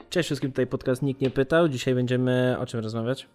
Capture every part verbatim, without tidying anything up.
Cześć wszystkim, tutaj podcast Nikt nie pytał. Dzisiaj będziemy o czym rozmawiać?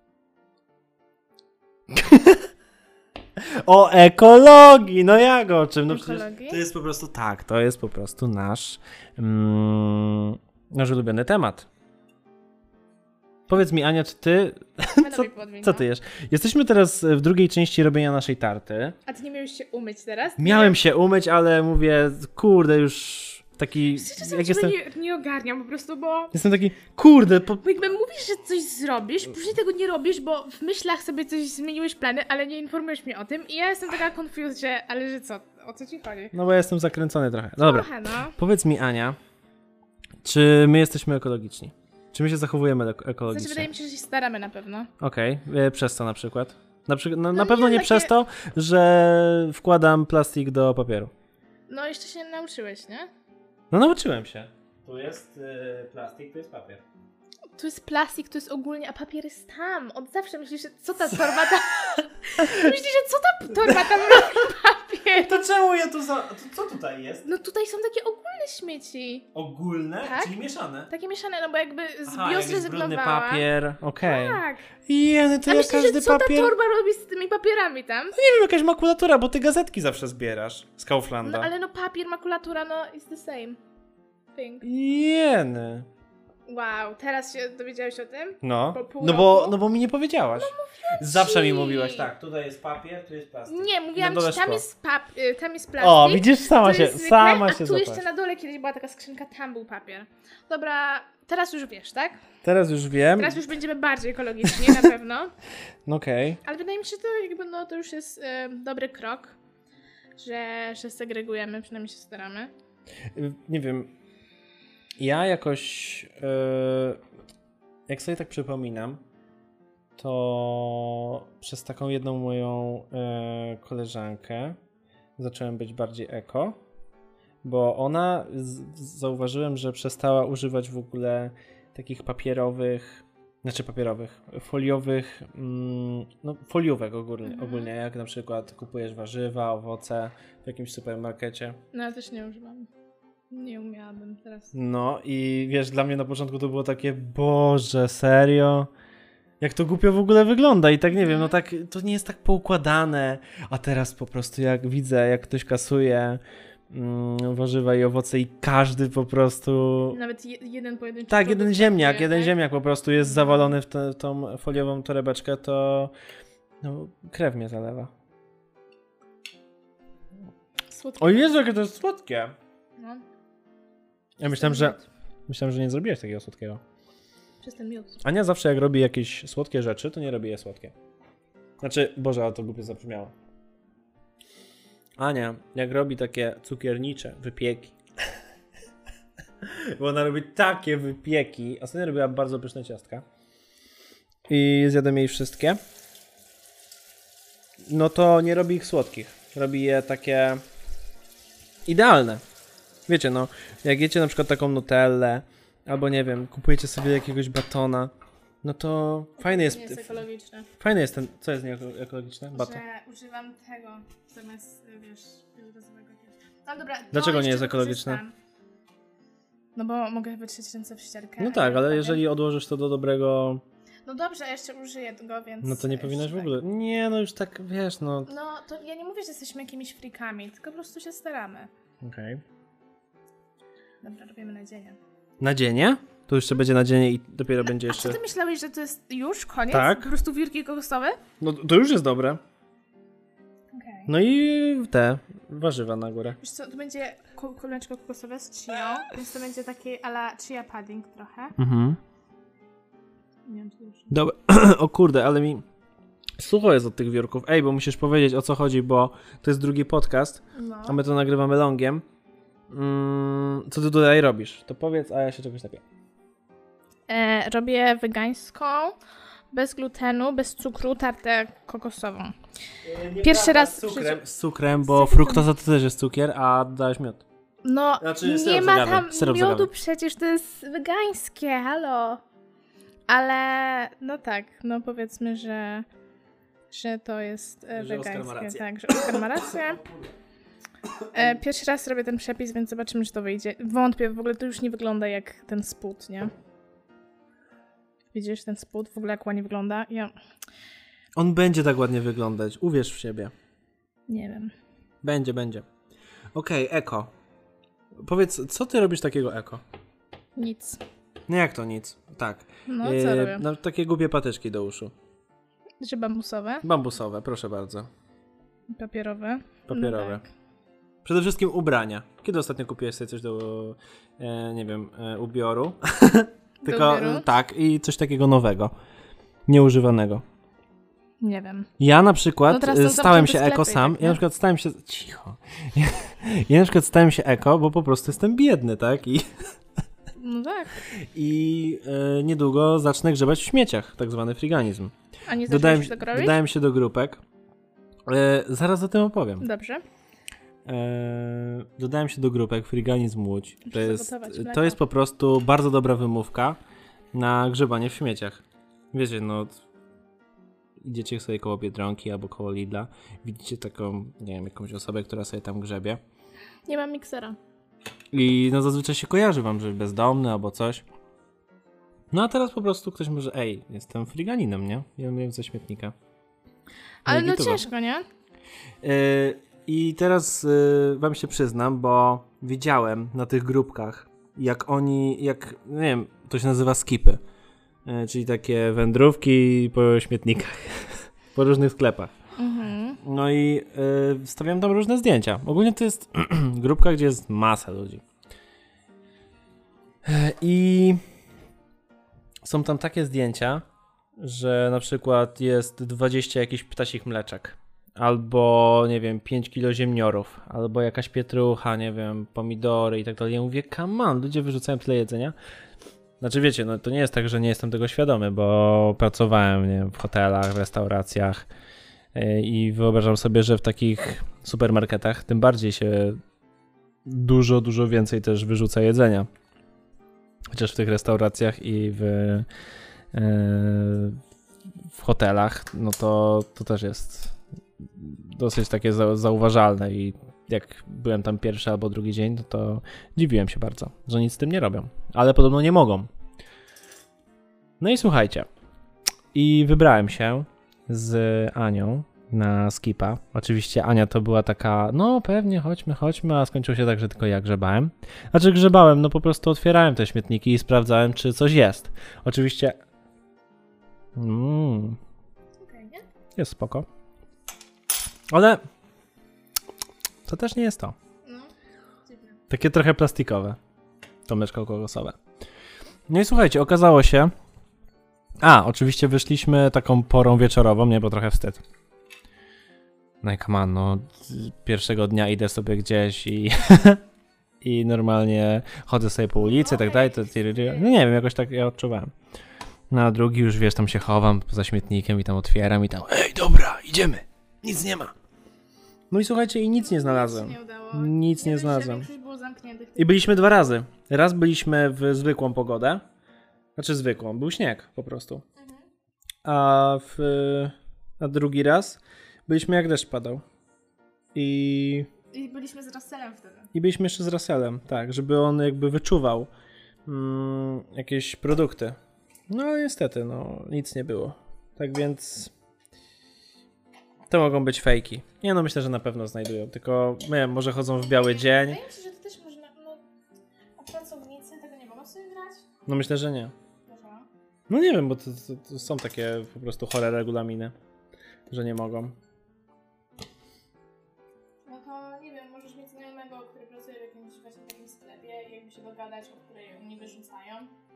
O ekologii! No jak o czym? No przecież to jest po prostu tak, to jest po prostu nasz mm, nasz ulubiony temat. Powiedz mi, Ania, czy ty... Co, co ty jesz? Jesteśmy teraz w drugiej części robienia naszej tarty. A ty nie miałeś się umyć teraz? Miałem nie. się umyć, ale mówię, kurde, już taki... Czasem jak jestem... nie, nie ogarniam po prostu, bo... Jestem taki, kurde... Po... bo jakby mówisz, że coś zrobisz, później tego nie robisz, bo w myślach sobie coś zmieniłeś plany, ale nie informujesz mnie o tym i ja jestem taka confused, że... Ale że co? O co ci chodzi? No bo ja jestem zakręcony trochę. Dobra. Trochę, no. Powiedz mi, Ania, czy my jesteśmy ekologiczni? Czy my się zachowujemy ekologicznie? Znaczy, wydaje mi się, że się staramy na pewno. Okej, okay. Przez co na przykład? Na, przy... no, no na pewno nie, nie takie... przez to, że wkładam plastik do papieru. No jeszcze się nauczyłeś, nie? No nauczyłem się. Tu jest yy, plastik, tu jest papier. Tu jest plastik, tu jest ogólnie, a papier jest tam. Od zawsze myślisz, że co ta torba tam... myślisz, że co ta torba tam ma papier? To czemu ja tu za... To co tutaj jest? No tutaj są takie ogólne śmieci. Ogólne? Tak? Czyli mieszane? Takie mieszane, no bo jakby z Aha, bio zrezygnowałam. Brudny papier, okej. Okay. Tak. Jeny, to a ja myślisz, każdy że co papier... ta torba robi z tymi papierami tam? No nie wiem, jakaś makulatura, bo ty gazetki zawsze zbierasz z Kauflanda. No ale no papier, makulatura, no it's the same thing. Jeny. Wow, teraz się dowiedziałeś o tym? No, po pół no, bo, roku? no bo mi nie powiedziałaś. No mówiłam Zawsze ci. mi mówiłaś, tak, tutaj jest papier, tu jest plastik. Nie, mówiłam ci, tam jest, pap- tam jest plastik. O, widzisz, sama się, zwykle, sama a się tu zapaść. jeszcze na dole kiedyś była taka skrzynka, tam był papier. Dobra, teraz już wiesz, tak? Teraz już wiem. Teraz już będziemy bardziej ekologiczni, na pewno. Okej. Okay. Ale wydaje mi się, że to jakby, no, to już jest y, dobry krok, że, że segregujemy, przynajmniej się staramy. Nie wiem, ja jakoś, yy, jak sobie tak przypominam, to przez taką jedną moją yy, koleżankę zacząłem być bardziej eko, bo ona, z, zauważyłem, że przestała używać w ogóle takich papierowych, znaczy papierowych, foliowych, mm, no foliówek ogólnie, mhm. ogólnie, jak na przykład kupujesz warzywa, owoce w jakimś supermarkecie. No ja też nie używam. Nie umiałabym teraz. No i wiesz, dla mnie na początku to było takie, Boże, serio? Jak to głupio w ogóle wygląda i tak nie wiem, no tak, to nie jest tak poukładane, a teraz po prostu jak widzę, jak ktoś kasuje mm, warzywa i owoce i każdy po prostu... Nawet je, jeden pojedynczy... Tak, jeden ziemniak, kupuje, jeden tak? ziemniak po prostu jest no. zawalony w, te, w tą foliową torebeczkę, to no, krew mnie zalewa. Słodkie. O Jezu, jakie to jest słodkie! No. Ja myślałem, że myślałem, że nie zrobiłeś takiego słodkiego. Przez ten miód. Ania zawsze jak robi jakieś słodkie rzeczy, to nie robi je słodkie. Znaczy, Boże, ale to głupio zabrzmiało. Ania, jak robi takie cukiernicze wypieki, bo ona robi takie wypieki, ostatnio robiła bardzo pyszne ciastka i zjadłem jej wszystkie, no to nie robi ich słodkich. Robi je takie idealne. Wiecie, no, jak jecie na przykład taką nutellę, albo nie wiem, kupujecie sobie jakiegoś batona, no to fajny jest... Nie jest ekologiczne. Fajny jest ten... Co jest nieekologiczne? Baton. Że używam tego zamiast, wiesz, rozowego. No dobra, dlaczego nie jest ekologiczne? No bo mogę wytrzeć ręce w ścierkę. No tak, ale jeżeli odłożysz to do dobrego... No dobrze, ja jeszcze użyję tego, więc... No to nie powinnaś w ogóle... Nie, no już tak, wiesz, no... No to ja nie mówię, że jesteśmy jakimiś frikami, tylko po prostu się staramy. Okej. Okay. Dobra, robimy nadzieję. Nadzienie? To jeszcze będzie nadzienie i dopiero będzie jeszcze... A czy ty myślałeś, że to jest już koniec? Tak. Po prostu wiórki kokosowe? No to już jest dobre. Okay. No i te warzywa na górę. Wiesz co, to będzie kuleczko kokosowe z chią, więc to będzie taki a la chia pudding trochę. Mhm. Nie wiem, czy to już... Dobra, o kurde, ale mi sucho jest od tych wiórków. Ej, bo musisz powiedzieć, o co chodzi, bo to jest drugi podcast, no. a my to nagrywamy longiem. Mm, co ty tutaj robisz? To powiedz, a ja się czegoś napiję. E, robię wegańską, bez glutenu, bez cukru, tartę kokosową. Nie Pierwszy raz... Z cukrem, z cukrem, bo fruktoza to też jest cukier, a dałeś miód. No, znaczy, nie ma zagamy. tam Syrop miodu zagamy. przecież, to jest wegańskie, halo. Ale, no tak, no powiedzmy, że, że to jest e, że Oskar ma wegańskie. rację. Tak, że Oskar ma rację. E, pierwszy raz robię ten przepis, więc zobaczymy, czy to wyjdzie. Wątpię, w ogóle to już nie wygląda jak ten spód, nie? Widzisz ten spód w ogóle jak ładnie wygląda? Ja On będzie tak ładnie wyglądać, uwierz w siebie. nie wiem. Będzie, będzie. Okej, okay, eko. Powiedz, co ty robisz takiego eko? Nic. Nie, jak to nic? Tak. No, co Yy, robię? no, takie głupie patyczki do uszu. Że bambusowe, Bambusowe, proszę bardzo. papierowe. Papierowe. No tak. Przede wszystkim ubrania. Kiedy ostatnio kupiłeś sobie coś do, e, nie wiem, e, ubioru? Tylko, ubioru? tak, i coś takiego nowego. Nieużywanego. Nie wiem. Ja na przykład No teraz są stałem się zamknięte eko sklepy i sam. tak, Ja na nie? przykład stałem się... Cicho. Ja, ja na przykład stałem się eko, bo po prostu jestem biedny, tak? I, No tak. i e, niedługo zacznę grzebać w śmieciach, tak zwany friganizm. A nie Dodałem, zaczęłeś tego robić? dodałem się do grupek. E, zaraz o tym opowiem. Dobrze. E, dodałem się do grupek Friganizm Łódź. To Muszę jest, zagotować mleko. to jest po prostu bardzo dobra wymówka na grzebanie w śmieciach. Wiecie, no idziecie sobie koło Biedronki albo koło Lidla, widzicie taką, nie wiem, jakąś osobę, która sobie tam grzebie Nie mam miksera. i no zazwyczaj się kojarzy wam, że bezdomny albo coś. No a teraz po prostu ktoś może, ej, jestem friganinem, nie? Ja wiem ze śmietnika. Ale no gituwa. ciężko, nie? Yy, I teraz yy, wam się przyznam, bo widziałem na tych grupkach, jak oni, jak, nie wiem, to się nazywa skipy, yy, czyli takie wędrówki po śmietnikach, po różnych sklepach. Mhm. No i yy, wstawiam tam różne zdjęcia. Ogólnie to jest grupka, gdzie jest masa ludzi. Yy, I są tam takie zdjęcia, że na przykład jest dwadzieścia jakichś ptasich mleczek. Albo, nie wiem, pięć kilo ziemniorów, albo jakaś pietrucha, nie wiem, pomidory i tak dalej. Ja mówię, come on, ludzie wyrzucają tyle jedzenia. Znaczy wiecie, no to nie jest tak, że nie jestem tego świadomy, bo pracowałem, nie wiem, w hotelach, w restauracjach yy, i wyobrażam sobie, że w takich supermarketach tym bardziej się dużo, dużo więcej też wyrzuca jedzenia. Chociaż w tych restauracjach i w, yy, w hotelach, no to, to też jest dosyć takie zauważalne i jak byłem tam pierwszy albo drugi dzień, to, to dziwiłem się bardzo, że nic z tym nie robią. Ale podobno nie mogą. No i słuchajcie. I wybrałem się z Anią na skipa. Oczywiście Ania to była taka, no pewnie, chodźmy, chodźmy, a skończyło się tak, że tylko ja grzebałem. Znaczy grzebałem, no po prostu otwierałem te śmietniki i sprawdzałem, czy coś jest. Oczywiście... Mm, Okej, nie? jest spoko. Ale to też nie jest to. No. Dziwne. Takie trochę plastikowe. To mleczko kokosowe. No i słuchajcie, okazało się... A, oczywiście wyszliśmy taką porą wieczorową, nie, bo trochę wstyd. No i come on, no, pierwszego dnia idę sobie gdzieś i... i normalnie chodzę sobie po ulicy i tak dalej. To, no nie wiem, jakoś tak ja odczuwałem. Na drugi już, wiesz, tam się chowam poza śmietnikiem i tam otwieram i tam, ej, dobra, idziemy. Nic nie ma. No i słuchajcie, i nic nie znalazłem. Nic nie udało. Nic nie Jeden, że znalazłem. większość było zamkniętych. I byliśmy dwa razy. Raz byliśmy w zwykłą pogodę. Znaczy zwykłą, był śnieg po prostu. Mhm. A w a drugi raz byliśmy jak deszcz padał. I, I byliśmy z Russellem wtedy. i byliśmy jeszcze z Russellem, tak, żeby on jakby wyczuwał mm, jakieś produkty. No ale niestety, no nic nie było. Tak więc to mogą być fejki. Nie no, myślę, że na pewno znajdują, tylko nie wiem, może chodzą w biały dzień. Wydaje mi się, że to też można, no, a pracownicy tego nie mogą sobie grać? No myślę, że nie. Dlaczego? No nie wiem, bo to, to, to są takie po prostu chore regulaminy, że nie mogą. No to nie wiem, możesz mieć znajomego, który pracuje w jakimś właśnie takim sklepie i jakby się dogadać, o której oni wyrzucają.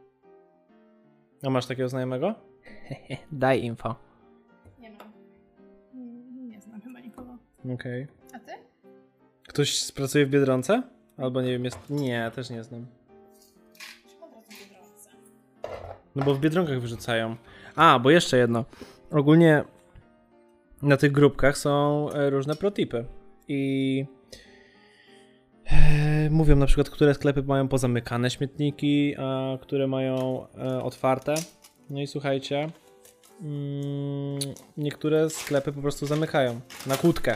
A masz takiego znajomego? Daj info. Nie mam. Nie, nie znam chyba nikogo. Okej. A ty? Ktoś pracuje w Biedronce? Albo nie wiem, jest... Nie, też nie znam. Czemu od razu Biedronce? No bo w Biedronkach wyrzucają. A, bo jeszcze jedno. Ogólnie na tych grupkach są e, różne protipy. I e, mówią na przykład, które sklepy mają pozamykane śmietniki, a które mają e, otwarte. No i słuchajcie, mm, niektóre sklepy po prostu zamykają na kłódkę.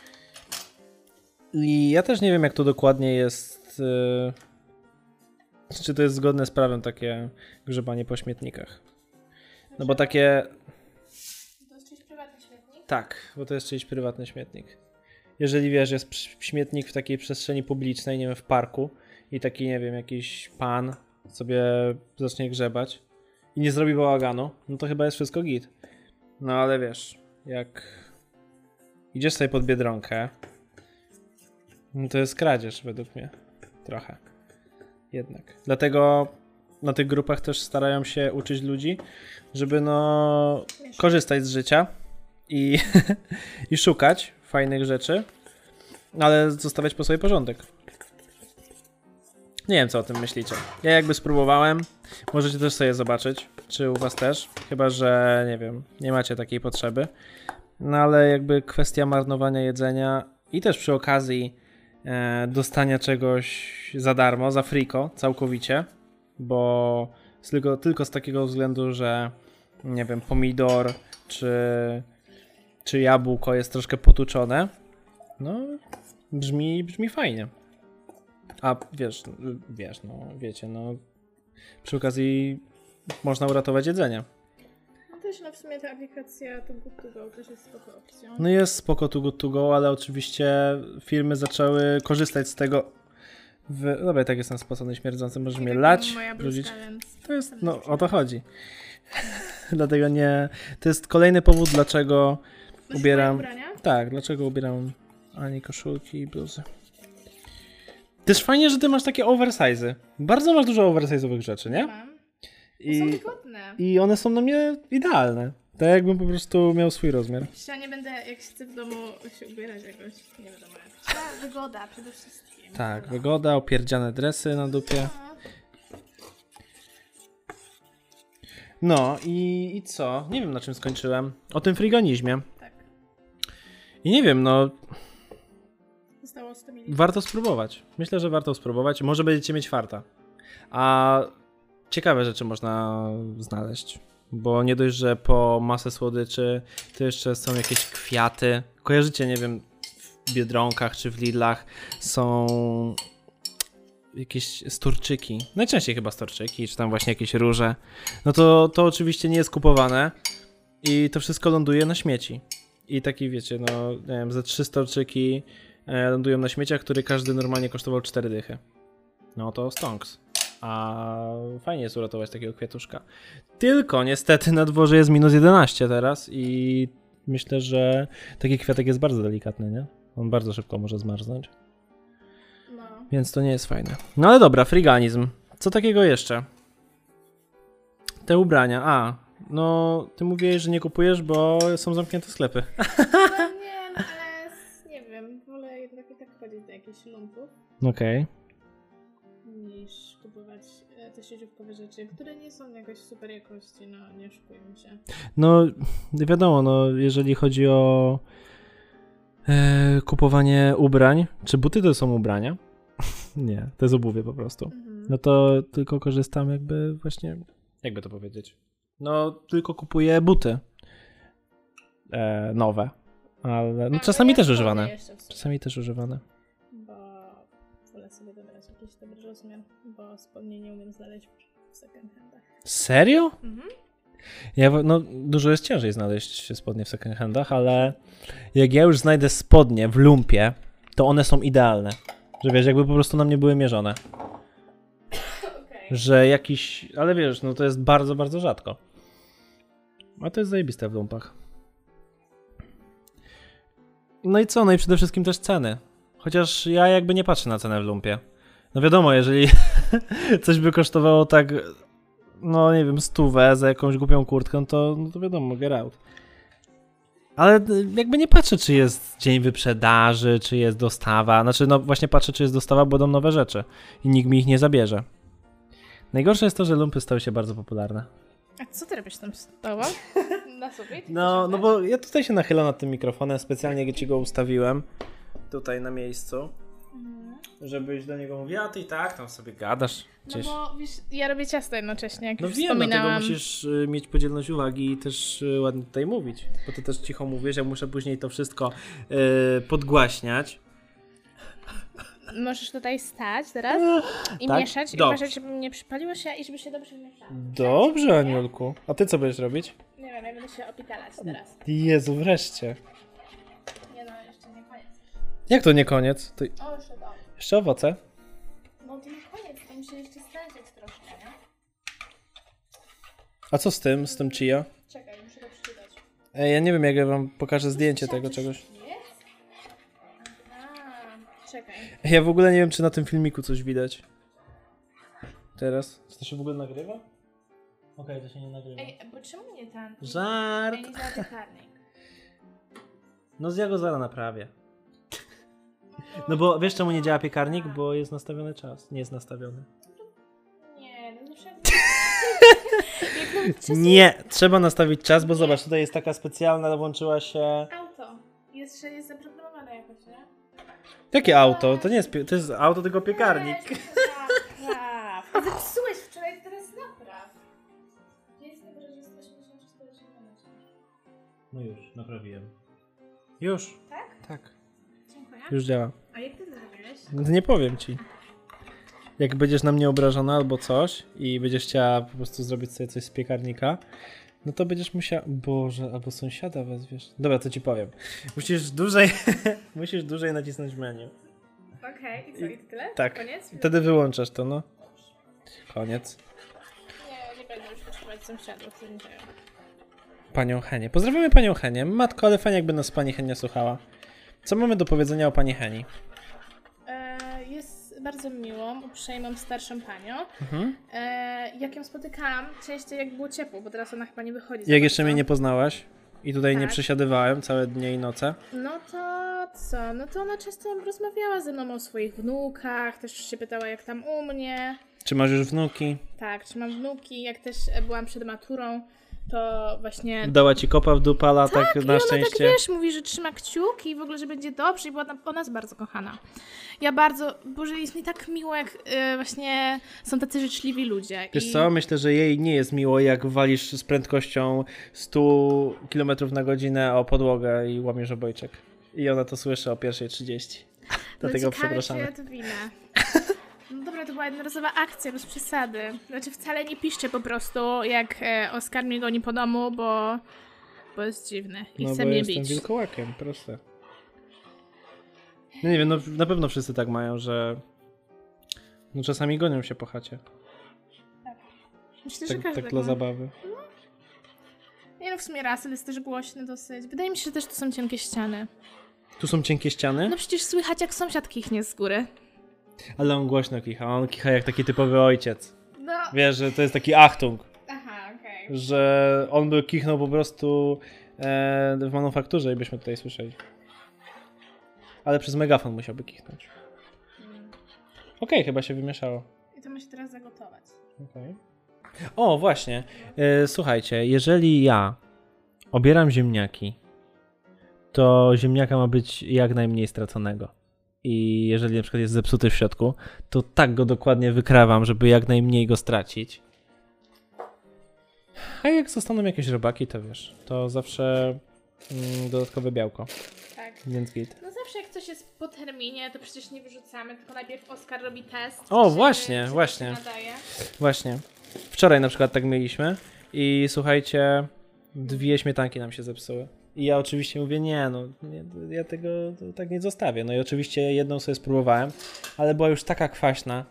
I ja też nie wiem, jak to dokładnie jest, e, czy to jest zgodne z prawem takie grzebanie po śmietnikach. No bo takie... To jest czyjś prywatny śmietnik? Tak, bo to jest czyjś prywatny śmietnik. Jeżeli wiesz, jest śmietnik w takiej przestrzeni publicznej, nie wiem, w parku i taki, nie wiem, jakiś pan sobie zacznie grzebać i nie zrobi bałaganu, no to chyba jest wszystko git. No ale wiesz, jak idziesz sobie pod Biedronkę, no to jest kradzież według mnie. Trochę. Jednak. Dlatego na tych grupach też starają się uczyć ludzi, żeby no korzystać z życia i, i szukać fajnych rzeczy, ale zostawiać po sobie porządek. Nie wiem, co o tym myślicie. Ja jakby spróbowałem, możecie też sobie zobaczyć, czy u was też, chyba że, nie wiem, nie macie takiej potrzeby. No ale jakby kwestia marnowania jedzenia i też przy okazji e, dostania czegoś za darmo, za friko, całkowicie, bo tylko, tylko z takiego względu, że nie wiem, pomidor czy, czy jabłko jest troszkę potuczone, no brzmi, brzmi fajnie. A wiesz, wiesz, no wiecie, no przy okazji można uratować jedzenie. No też no w sumie ta aplikacja Too Good To Go też jest spoko opcją. No jest spoko Too Good To Go, ale oczywiście firmy zaczęły korzystać z tego. W... Dobra, tak jestem spocony, śmierdzący, możesz mnie lać, brudzić. To jest, no o to chodzi. Dlatego nie, to jest kolejny powód, dlaczego Masz ubieram, ubrania? tak, dlaczego ubieram ani koszulki i bluzy. Też fajnie, że ty masz takie oversize'y. Bardzo masz dużo oversize'owych rzeczy, nie? Mam. I, Są wygodne. I one są na mnie idealne. Tak jakbym po prostu miał swój rozmiar. Ja nie będę, jak siedzę w domu, się ubierać jakoś, nie wiadomo jak. Ta wygoda przede wszystkim. Tak, wygoda, opierdziane dresy na dupie. No i, i co? Nie wiem, na czym skończyłem. O tym friganizmie. Tak. I nie wiem, no Zostało sto mililitrów. warto spróbować. Myślę, że warto spróbować. Może będziecie mieć farta. A ciekawe rzeczy można znaleźć. Bo nie dość, że po masę słodyczy, to jeszcze są jakieś kwiaty. Kojarzycie, nie wiem, w Biedronkach czy w Lidlach są jakieś storczyki. Najczęściej chyba storczyki, czy tam właśnie jakieś róże. No to, to oczywiście nie jest kupowane i to wszystko ląduje na śmieci. I taki wiecie, no nie wiem, ze trzy storczyki e, lądują na śmieciach, który każdy normalnie kosztował cztery dychy. No to stonks. A fajnie jest uratować takiego kwiatuszka. Tylko niestety na dworze jest minus jedenaście teraz i myślę, że taki kwiatek jest bardzo delikatny, nie? On bardzo szybko może zmarznąć. No. Więc to nie jest fajne. No ale dobra, friganizm. Co takiego jeszcze? Te ubrania. A, no ty mówiłeś, że nie kupujesz, bo są zamknięte sklepy. No nie, no ale nie wiem, wolę jednak i tak chodzić do jakichś lumpów. Okej. Niż kupować e, te sieciówkowe rzeczy, które nie są jakoś super jakości, no nie oszukujmy się. No wiadomo, no jeżeli chodzi o e, kupowanie ubrań, czy buty to są ubrania? Nie, to jest obuwie po prostu. Mhm. No to tylko korzystam jakby właśnie, jakby to powiedzieć, no tylko kupuję buty e, nowe, ale no A, czasami ja też spodnie używane. jeszcze w sumie, Czasami też używane. Bo wolę sobie dobrać jakiś dobry rozmiar, bo spodnie nie umiem znaleźć w second handach. Serio? Mhm. Ja, no, dużo jest ciężej znaleźć spodnie w second handach, ale jak ja już znajdę spodnie w lumpie, to one są idealne. Że wiesz, jakby po prostu na mnie były mierzone. Okay. Że jakiś, ale wiesz, no to jest bardzo, bardzo rzadko. A to jest zajebiste w lumpach. No i co? No i przede wszystkim też ceny. Chociaż ja jakby nie patrzę na cenę w lumpie. No wiadomo, jeżeli coś by kosztowało tak, no nie wiem, stówę za jakąś głupią kurtkę, to, no to wiadomo, get out. Ale jakby nie patrzę, czy jest dzień wyprzedaży, czy jest dostawa. Znaczy, no właśnie patrzę, czy jest dostawa, bo będą nowe rzeczy. I nikt mi ich nie zabierze. Najgorsze jest to, że lumpy stały się bardzo popularne. A co ty robisz tam stała? Na sobie? No, no bo ja tutaj się nachylam nad tym mikrofonem, specjalnie ci go ustawiłem. Tutaj na miejscu. Mhm. Żebyś do niego mówiła, a ty i tak tam sobie gadasz. Gdzieś. No bo wiesz, ja robię ciasto jednocześnie, jak No już wiem, dlatego wspominałam. musisz y, mieć podzielność uwagi i też y, ładnie tutaj mówić. Bo ty też cicho mówisz, ja muszę później to wszystko y, podgłaśniać. możesz tutaj stać teraz i tak? mieszać i Dobrze. uważać, żeby nie przypaliło się i żeby się dobrze mieszało. Dobrze, Aniulku. A ty co będziesz robić? Nie wiem, ja będę się opitalać teraz. Jezu, wreszcie. Nie no, jeszcze nie koniec. Jak to nie koniec? To O, jeszcze to. jeszcze owoce? No to nie koniec, to muszę jeszcze stężyć troszkę, nie? A co z tym, z tym chia? Czekaj, muszę to przeczytać. Ej, ja nie wiem, jak ja wam pokażę zdjęcie tego czegoś. Jest? A, czekaj. Ja w ogóle nie wiem, czy na tym filmiku coś widać. Teraz? Czy to się w ogóle nagrywa? Okej, okay, to się nie nagrywa. Ej, bo czemu nie ten? Żart! Ej, nie za karnik. No z ja go zaraz naprawię. No bo wiesz, czemu nie działa piekarnik? Bo jest nastawiony czas. Nie jest nastawiony. Nie, no muszę... Jak nawet czas Nie, trzeba nastawić czas, bo zobacz, tutaj jest taka specjalna, włączyła się... auto. Jest, że jest zaprogramowane jakoś, nie? Jakie auto? To nie jest, pie... to jest auto, tylko piekarnik. Napraw. A zepsułeś wczoraj, teraz napraw. Jest dobrze, że sto osiemdziesiąt cztery. No już, naprawiłem. Już? Tak? Tak. Dziękuję. Już działa. A jak ty to zrobiłeś? No to nie powiem ci. Jak będziesz na mnie obrażona albo coś i będziesz chciała po prostu zrobić sobie coś z piekarnika, no to będziesz musiała... Boże, albo sąsiada wezwiesz. Dobra, to ci powiem. Musisz dłużej... musisz dłużej nacisnąć menu. Okej, okay. I co, i to tyle? Tak. Koniec? Wtedy wyłączasz to, no. Koniec. Nie, nie będę już potrzebować sąsiadów, to nie dzieje. Panią Henię. Pozdrawiamy panią Henię. Matko, ale fajnie jakby nas pani Henia słuchała. Co mamy do powiedzenia o pani Heni? E, jest bardzo miłą, uprzejmą, starszą panią. Mhm. E, jak ją spotykałam, częściej jak było ciepło, bo teraz ona chyba nie wychodzi. Jak jeszcze mnie nie poznałaś i tutaj Tak. nie przesiadywałem całe dnie i noce. No to co? No to ona często rozmawiała ze mną o swoich wnukach, też się pytała jak tam u mnie. Czy masz już wnuki? Tak, czy mam wnuki, jak też e, byłam przed maturą, to właśnie... Dała ci kopa w dupala, tak, Tak, i na ona szczęście. tak, wiesz, mówi, że trzyma kciuki i w ogóle, że będzie dobrze i była tam, ona jest bardzo kochana. Ja bardzo, Boże, jest mi tak miło, jak y, właśnie są tacy życzliwi ludzie. Wiesz I... co, myślę, że jej nie jest miło, jak walisz z prędkością sto kilometrów na godzinę o podłogę i łamiesz obojczek. I ona to słyszy o pierwszej trzydzieści. Dlatego no, przepraszamy. Ja to winę. No dobra, to była jednorazowa akcja, bez przesady. Znaczy wcale nie piszcie po prostu, jak e, Oskar mnie goni po domu, bo, bo jest dziwny i No chce bo mnie jestem bić. wilkołakiem, proste. No nie wiem, no na pewno wszyscy tak mają, że no czasami gonią się po chacie. Myślę, że Tak, każdy tak dla ma. zabawy. Nie no, w sumie Russell jest też głośny dosyć. Wydaje mi się, że też to są cienkie ściany. Tu są cienkie ściany, No przecież słychać, jak sąsiad kichnie z góry. ale on głośno kicha. On kicha jak taki typowy ojciec. No, Wiesz, że to jest taki Achtung, aha, okej. Okay. że on by kichnął po prostu e, w manufakturze i byśmy tutaj słyszeli. Ale przez megafon musiałby kichnąć. Mm. Okej, okay, chyba się wymieszało. I to muszę teraz zagotować. Okay. O, właśnie. E, słuchajcie, jeżeli ja obieram ziemniaki, to ziemniaka ma być jak najmniej straconego. I jeżeli na przykład jest zepsuty w środku, to tak go dokładnie wykrawam, żeby jak najmniej go stracić. A jak zostaną jakieś robaki, to wiesz, to zawsze mm, dodatkowe białko. Tak. Więc git. No zawsze jak coś jest po terminie, to przecież nie wyrzucamy, tylko najpierw Oskar robi test. O, czy, właśnie, czy właśnie. To się nadaje. Właśnie. Wczoraj na przykład tak mieliśmy i słuchajcie, dwie śmietanki nam się zepsuły. I ja oczywiście mówię, nie, no, nie, ja tego tak nie zostawię. No i oczywiście jedną sobie spróbowałem, ale była już taka kwaśna.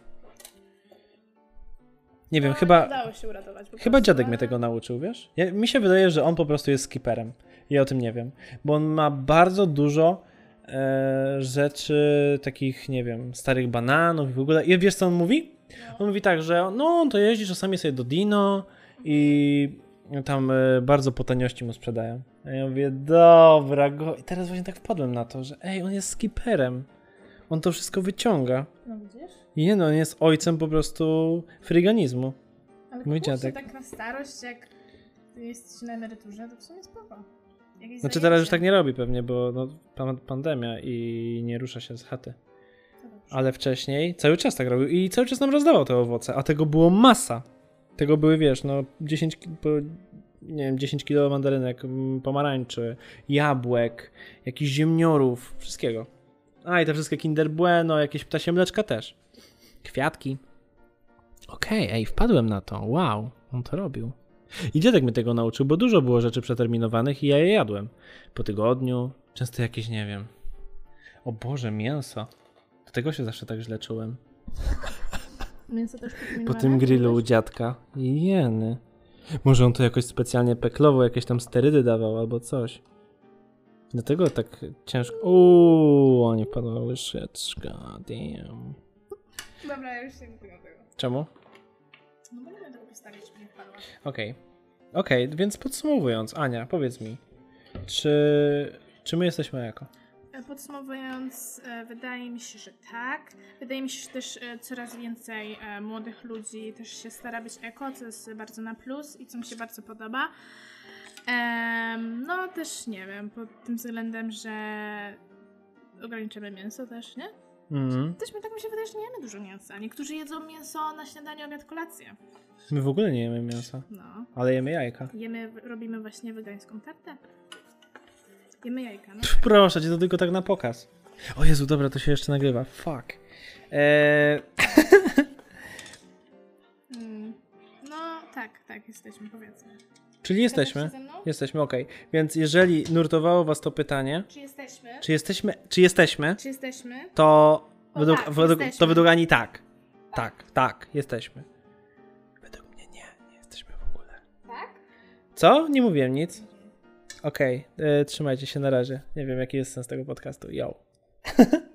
Nie wiem, No, chyba... nie udało się uratować po Chyba prostu, dziadek ale... mnie tego nauczył, wiesz? Ja, mi się wydaje, że on po prostu jest skiperem. Ja o tym nie wiem. Bo on ma bardzo dużo e, rzeczy takich, nie wiem, starych bananów i w ogóle. I wiesz, co on mówi? No. On mówi tak, że no, on to jeździ czasami sobie do Dino i tam e, bardzo po taniości mu sprzedają. A ja mówię, dobra, go... I teraz właśnie tak wpadłem na to, że ej, on jest skiperem. On to wszystko wyciąga. No widzisz? I nie no, on jest ojcem po prostu friganizmu. Ale Mój kurczę, dziadek. tak na starość, jak ty jesteś na emeryturze, to w sumie spoko. Jakieś Znaczy zajęcie. teraz już tak nie robi pewnie, bo no, pan- pandemia i nie rusza się z chaty. To dobrze. Ale wcześniej cały czas tak robił i cały czas nam rozdawał te owoce, a tego było masa. Tego były, wiesz, no dziesięć, ki- po, nie wiem, dziesięć kilo mandarynek, mm, pomarańczy, jabłek, jakichś ziemniorów, wszystkiego. A i te wszystkie Kinder Bueno, jakieś ptasie mleczka też. Kwiatki. Okej, okay, ej, wpadłem na to. Wow, on to robił. I dziadek mnie tego nauczył, bo dużo było rzeczy przeterminowanych i ja je jadłem. Po tygodniu, często jakieś, nie wiem. O Boże, mięso. Do tego się zawsze tak źle czułem. Mięso też po tym grillu u dziadka. Jeny. Może on to jakoś specjalnie peklowo, jakieś tam sterydy dawał albo coś. Dlatego tak ciężko... Uuu, oni wpadła łyżeczka, damn. Dobra, ja już się nie tego. Czemu? No bo nie będę tego postawić, żeby nie wpadła. Okej. Okay. Okej, okay, więc podsumowując, Ania, powiedz mi, czy, czy my jesteśmy jako? Podsumowując, wydaje mi się, że tak. Wydaje mi się, że też coraz więcej młodych ludzi też się stara być eko, co jest bardzo na plus i co mi się bardzo podoba. No też nie wiem, pod tym względem, że ograniczymy mięso też, nie? Mm. Też my tak mi się wydaje, że nie jemy dużo mięsa. Niektórzy jedzą mięso na śniadanie, obiad, kolację. My w ogóle nie jemy mięsa, no. ale jemy jajka. Jemy, robimy właśnie wegańską tartę. Jemy jajka, no. Proszę cię, to tylko tak na pokaz. O Jezu, dobra, to się jeszcze nagrywa. Fuck. Eee... mm. No tak, tak, jesteśmy, powiedzmy. Czyli jesteśmy? Jesteśmy, okej. Okay. Więc jeżeli nurtowało was to pytanie... Czy jesteśmy? Czy jesteśmy? Czy jesteśmy? Czy jesteśmy? To, o, według, tak, według, jesteśmy. to według Ani tak. Tak, tak, tak, jesteśmy. Według mnie nie, nie jesteśmy w ogóle. Tak? Co? Nie mówiłem nic. Okej, okay. Trzymajcie się na razie. Nie wiem, jaki jest sens tego podcastu. Yo.